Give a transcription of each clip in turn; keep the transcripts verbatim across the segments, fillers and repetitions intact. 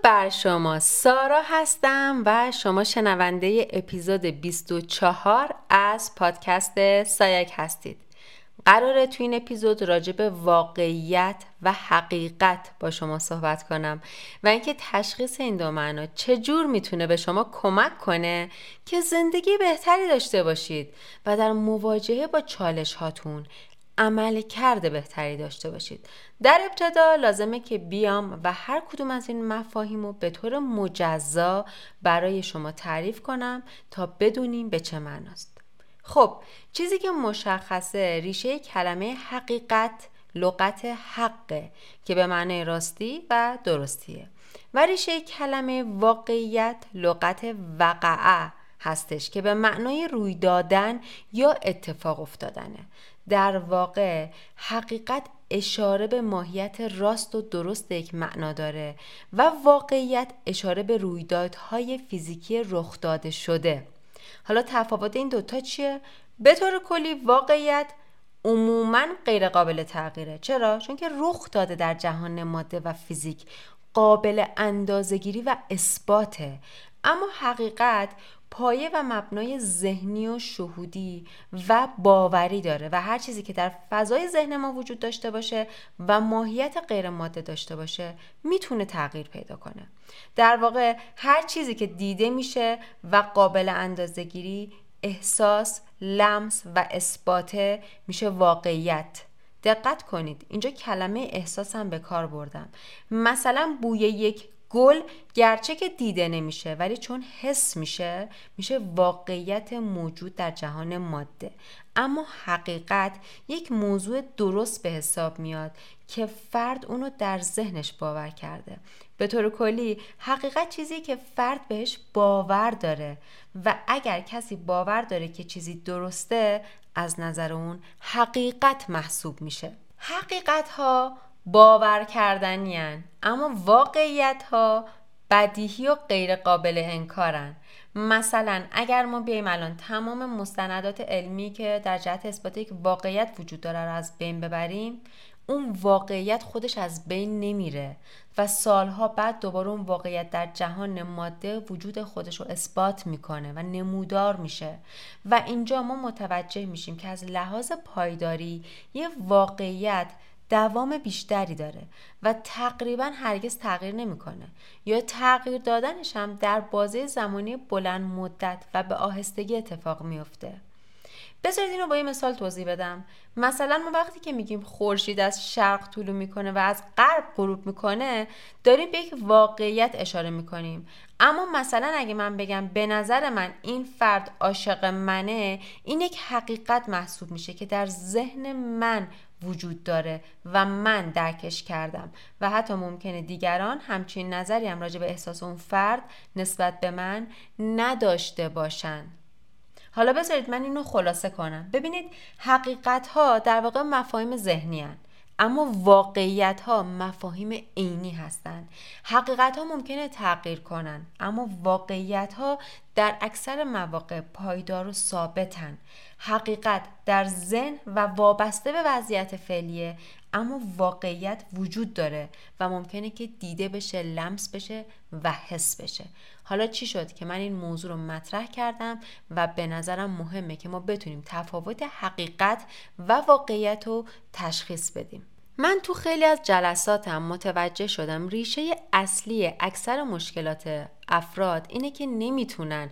بر شما سارا هستم و شما شنونده اپیزود بیست و چهار از پادکست سایک هستید. قراره تو این اپیزود راجع به واقعیت و حقیقت با شما صحبت کنم و اینکه تشخیص این دو معنا چجور میتونه به شما کمک کنه که زندگی بهتری داشته باشید و در مواجهه با چالش هاتون عمل کرده بهتری داشته باشید. در ابتدا لازمه که بیام و هر کدوم از این مفاهیم رو به طور مجزا برای شما تعریف کنم تا بدونیم به چه معناست. خب چیزی که مشخصه ریشه کلمه حقیقت لغت حقه که به معنای راستی و درستیه و ریشه کلمه واقعیت لغت وقعه هستش که به معنای روی دادن یا اتفاق افتادنه. در واقع حقیقت اشاره به ماهیت راست و درست یک معنا داره و واقعیت اشاره به رویدادهای فیزیکی رخ داده شده. حالا تفاوت این دوتا چیه؟ به طور کلی واقعیت عموماً غیر قابل تغییره. چرا؟ چون که رخ داده در جهان ماده و فیزیک، قابل اندازه‌گیری و اثباته. اما حقیقت پایه و مبنای ذهنی و شهودی و باوری داره و هر چیزی که در فضای ذهن ما وجود داشته باشه و ماهیت غیر ماده داشته باشه میتونه تغییر پیدا کنه. در واقع هر چیزی که دیده میشه و قابل اندازه‌گیری، احساس، لمس و اثباته میشه واقعیت. دقت کنید اینجا کلمه احساس هم به کار بردم. مثلا بوی یک گل گرچه که دیده نمیشه ولی چون حس میشه میشه واقعیت موجود در جهان ماده. اما حقیقت یک موضوع درست به حساب میاد که فرد اونو در ذهنش باور کرده. به طور کلی حقیقت چیزی که فرد بهش باور داره و اگر کسی باور داره که چیزی درسته از نظر اون حقیقت محسوب میشه. حقیقت ها باور کردنی هن، اما واقعیت ها بدیهی و غیر قابل انکارن. مثلا اگر ما بیایم الان تمام مستندات علمی که در جهت اثبات یک واقعیت وجود داره رو از بین ببریم، اون واقعیت خودش از بین نمیره و سالها بعد دوباره اون واقعیت در جهان ماده وجود خودش رو اثبات میکنه و نمودار میشه و اینجا ما متوجه میشیم که از لحاظ پایداری یه واقعیت دوام بیشتری داره و تقریبا هرگز تغییر نمیکنه یا تغییر دادنش هم در بازه زمانی بلند مدت و به آهستگی اتفاق میفته. بذارید اینو با یه مثال توضیح بدم. مثلا ما وقتی که میگیم خورشید از شرق طلوع میکنه و از غرب غروب میکنه داریم به یک واقعیت اشاره میکنیم. اما مثلا اگه من بگم به نظر من این فرد عاشق منه، این یک حقیقت محسوب میشه که در ذهن من وجود داره و من درکش کردم و حتی ممکنه دیگران همچین نظری هم راجع به احساس اون فرد نسبت به من نداشته باشن. حالا بذارید من اینو خلاصه کنم. ببینید حقیقت ها در واقع مفاهیم ذهنی هستند اما واقعیت ها مفاهیم عینی هستند. حقیقت ها ممکنه تغییر کنن اما واقعیت ها در اکثر مواقع پایدار و ثابتن. حقیقت در ذهن و وابسته به وضعیت فعلیه اما واقعیت وجود داره و ممکنه که دیده بشه، لمس بشه و حس بشه. حالا چی شد که من این موضوع رو مطرح کردم و به نظرم مهمه که ما بتونیم تفاوت حقیقت و واقعیت رو تشخیص بدیم. من تو خیلی از جلساتم متوجه شدم ریشه اصلی اکثر مشکلات افراد اینه که نمیتونن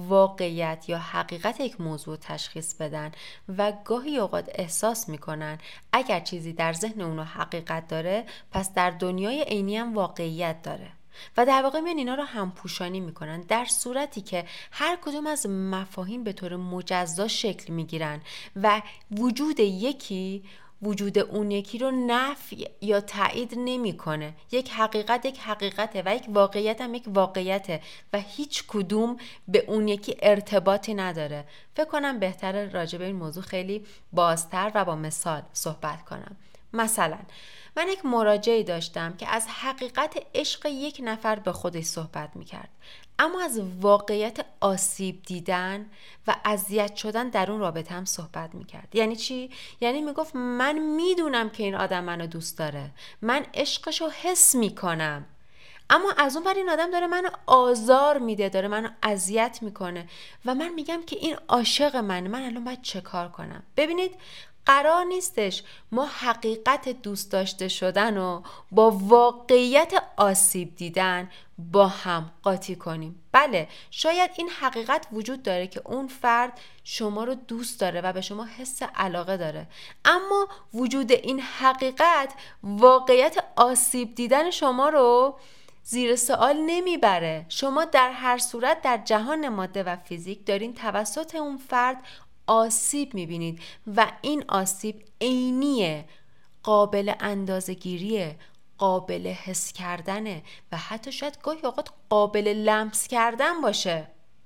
واقعیت یا حقیقت یک موضوع تشخیص بدن و گاهی اوقات احساس میکنن اگر چیزی در ذهن اونو حقیقت داره پس در دنیای عینی هم واقعیت داره و در واقع میان اینا رو همپوشانی میکنن، در صورتی که هر کدوم از مفاهیم به طور مجزا شکل میگیرن و وجود یکی وجود اون یکی رو نفی یا تایید نمیکنه. یک حقیقت یک حقیقته و یک واقعیت هم یک واقعیته و هیچ کدوم به اون یکی ارتباطی نداره. فکر کنم بهتره راجع به این موضوع خیلی بازتر و با مثال صحبت کنم. مثلا من یک مراجعی داشتم که از حقیقت عشق یک نفر به خودش صحبت میکرد اما از واقعیت آسیب دیدن و اذیت شدن در اون رابطه هم صحبت میکرد. یعنی چی؟ یعنی میگفت من میدونم که این آدم منو دوست داره، من عشقشو حس میکنم، اما از اون ور این آدم داره منو آزار میده، داره منو اذیت میکنه و من میگم که این عاشق منه، من الان باید چه کار کنم؟ ببینید قرار نیستش ما حقیقت دوست داشته شدن و با واقعیت آسیب دیدن با هم قاطی کنیم. بله شاید این حقیقت وجود داره که اون فرد شما رو دوست داره و به شما حس علاقه داره، اما وجود این حقیقت واقعیت آسیب دیدن شما رو زیر سوال نمیبره. شما در هر صورت در جهان ماده و فیزیک دارین توسط اون فرد آسیب میبینید و این آسیب عینیه، قابل اندازه‌گیریه، قابل حس کردنه و حتی شاید گاهی اوقات قابل لمس کردن باشه.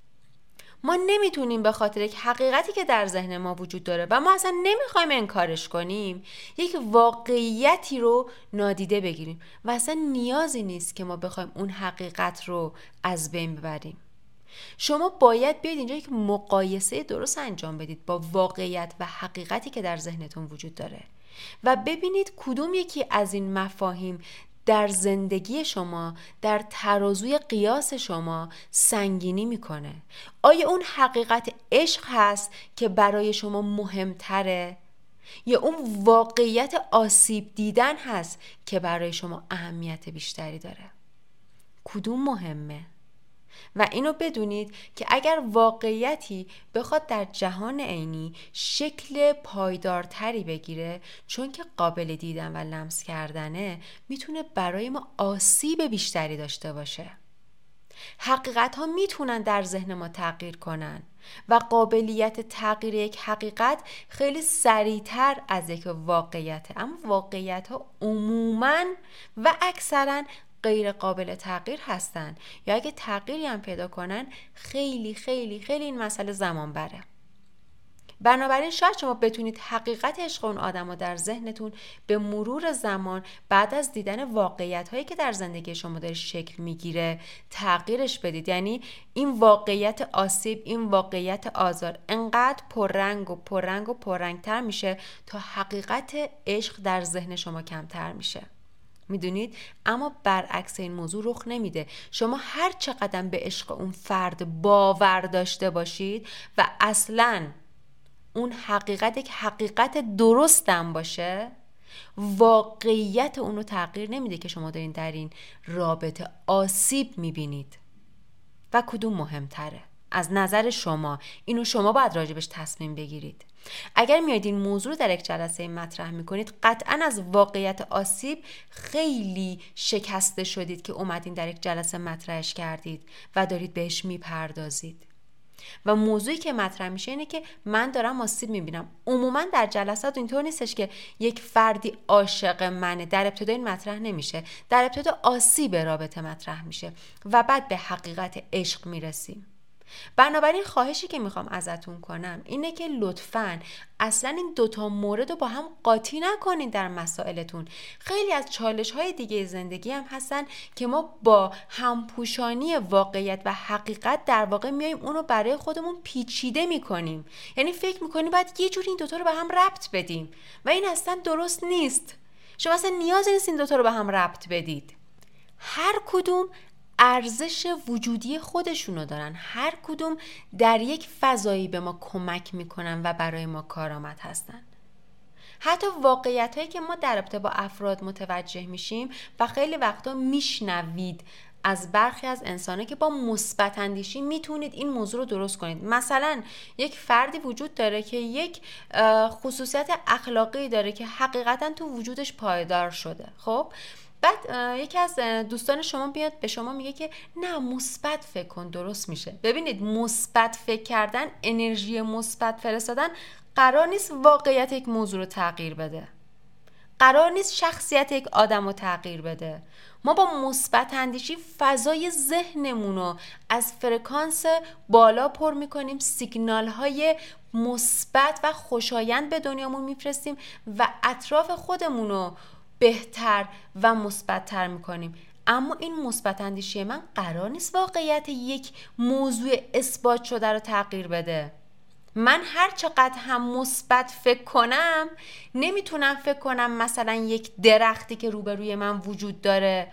ما نمیتونیم به خاطر یک حقیقتی که در ذهن ما وجود داره و ما اصلا نمیخوایم انکارش کنیم یک واقعیتی رو نادیده بگیریم و اصلا نیازی نیست که ما بخوایم اون حقیقت رو از بین ببریم. شما باید بیاید اینجا یک مقایسه درست انجام بدید با واقعیت و حقیقتی که در ذهنتون وجود داره و ببینید کدوم یکی از این مفاهیم در زندگی شما، در ترازوی قیاس شما سنگینی میکنه. آیا اون حقیقت عشق هست که برای شما مهمتره یا اون واقعیت آسیب دیدن هست که برای شما اهمیت بیشتری داره؟ کدوم مهمه؟ و اینو بدونید که اگر واقعیتی بخواد در جهان عینی شکل پایدارتری بگیره، چون که قابل دیدن و لمس کردنه، میتونه برای ما آسیب بیشتری داشته باشه. حقیقت ها میتونن در ذهن ما تغییر کنن و قابلیت تغییر یک حقیقت خیلی سریعتر از یک واقعیته، اما واقعیت ها عموماً و اکثراً غیر قابل تغییر هستن یا اگه تغییری هم پیدا کنن خیلی خیلی خیلی این مسئله زمان بره. بنابراین شاید شما بتونید حقیقت عشق اون آدم رو در ذهنتون به مرور زمان بعد از دیدن واقعیت هایی که در زندگی شما داره شکل میگیره تغییرش بدید. یعنی این واقعیت آسیب، این واقعیت آزار انقدر پررنگ و پررنگ و پررنگتر میشه تا حقیقت عشق در ذهن شما کمتر میشه. میدونید؟ اما برعکس این موضوع رخ نمیده. شما هر چقدر به عشق اون فرد باور داشته باشید و اصلاً اون حقیقت یک حقیقت درستم باشه، واقعیت اونو تغییر نمیده که شما دارین در این رابطه آسیب میبینید. و کدوم مهمتره؟ از نظر شما اینو شما باید راجبش تصمیم بگیرید. اگر میاید این موضوع رو در یک جلسه مطرح میکنید قطعاً از واقعیت آسیب خیلی شکسته شدید که اومدین در یک جلسه مطرحش کردید و دارید بهش میپردازید. و موضوعی که مطرح میشه اینه که من دارم آسیب میبینم. عموما در جلسات اینطور نیستش که یک فردی عاشق منه، در ابتدا این مطرح نمیشه، در ابتدا آسیب رابطه مطرح میشه و بعد به حقیقت عشق میرسیم. بنابراین خواهشی که میخوام ازتون کنم اینه که لطفاً اصلا این دوتا مورد رو با هم قاطی نکنین در مسائلتون. خیلی از چالش های دیگه زندگی هم هستن که ما با همپوشانی واقعیت و حقیقت در واقع میایم اونو برای خودمون پیچیده میکنیم. یعنی فکر میکنیم باید یه جوری این دوتا رو به هم ربط بدیم و این اصلا درست نیست. شما اصلا نیازی نیست این دوتا رو به هم ربط بدید. هر کدوم ارزش وجودی خودشونو دارن، هر کدوم در یک فضایی به ما کمک میکنن و برای ما کارآمد هستن. حتی واقعیت هایی که ما در رابطه با افراد متوجه میشیم و خیلی وقتا میشنوید از برخی از انسانه که با مثبت اندیشی میتونید این موضوع رو درست کنید. مثلا یک فردی وجود داره که یک خصوصیت اخلاقی داره که حقیقتا تو وجودش پایدار شده. خب بعد یکی از دوستان شما بیاد به شما میگه که نه مثبت فکر کن درست میشه. ببینید مثبت فکر کردن، انرژی مثبت فرستادن قرار نیست واقعیت یک موضوع رو تغییر بده. قرار نیست شخصیت یک آدم رو تغییر بده. ما با مثبت اندیشی فضای ذهنمون رو از فرکانس بالا پر میکنیم، سیگنال های مثبت و خوشایند به دنیامون میفرستیم و اطراف خودمون رو بهتر و مثبت‌تر میکنیم. اما این مثبت اندیشی من قرار نیست واقعیت یک موضوع اثبات شده رو تغییر بده. من هر چقدر هم مثبت فکر کنم نمیتونم فکر کنم مثلا یک درختی که روبروی من وجود داره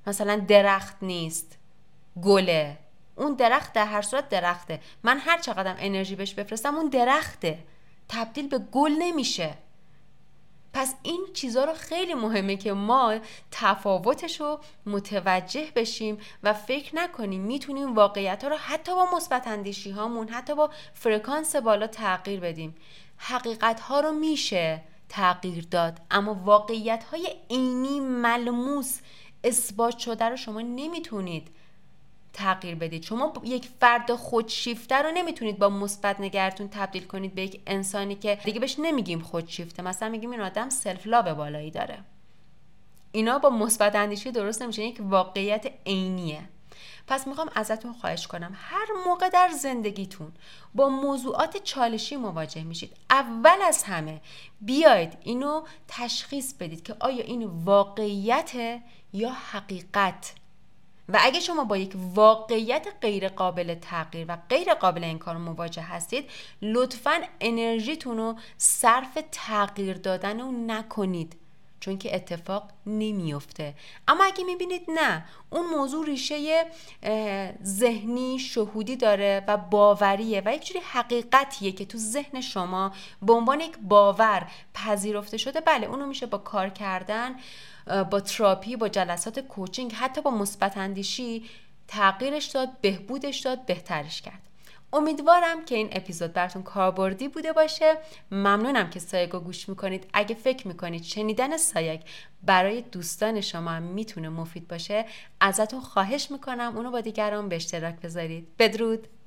مثلا درخت نیست، گله. اون درخت در هر صورت درخته. من هر چقدرم انرژی بهش بفرستم اون درخته، تبدیل به گل نمیشه. پس این چیزا رو خیلی مهمه که ما تفاوتش رو متوجه بشیم و فکر نکنیم میتونیم واقعیت ها رو حتی با مثبت اندیشی هامون، حتی با فرکانس بالا تغییر بدیم. حقیقت ها رو میشه تغییر داد، اما واقعیت های عینی ملموس اثبات شده رو شما نمیتونید تغییر بدید. شما یک فرد خودشیفته رو نمیتونید با مثبت نگرتون تبدیل کنید به یک انسانی که دیگه بهش نمیگیم خودشیفته، مثلا میگیم این آدم سلف لاو بالایی داره. اینا با مثبت اندیشی درست نمیشه، یک واقعیت عینیه. پس میخوام ازتون خواهش کنم هر موقع در زندگیتون با موضوعات چالشی مواجه میشید، اول از همه بیاید اینو تشخیص بدید که آیا این واقعیت یا حقیقت. و اگه شما با یک واقعیت غیر قابل تغییر و غیر قابل انکار مواجه هستید، لطفاً انرژیتون رو صرف تغییر دادن رو نکنید، چون که اتفاق نمیفته. اما اگه میبینید نه، اون موضوع ریشه ذهنی شهودی داره و باوریه و یک جوری حقیقتیه که تو ذهن شما به عنوان یک باور پذیرفته شده، بله اونو میشه با کار کردن، با تراپی، با جلسات کوچینگ، حتی با مثبت اندیشی تغییرش داد، بهبودش داد، بهترش کرد. امیدوارم که این اپیزود براتون کاربردی بوده باشه. ممنونم که سایگو گوش میکنید. اگه فکر میکنید شنیدن سایگ برای دوستان شما هم میتونه مفید باشه، ازتون خواهش میکنم اونو با دیگران به اشتراک بذارید. بدرود.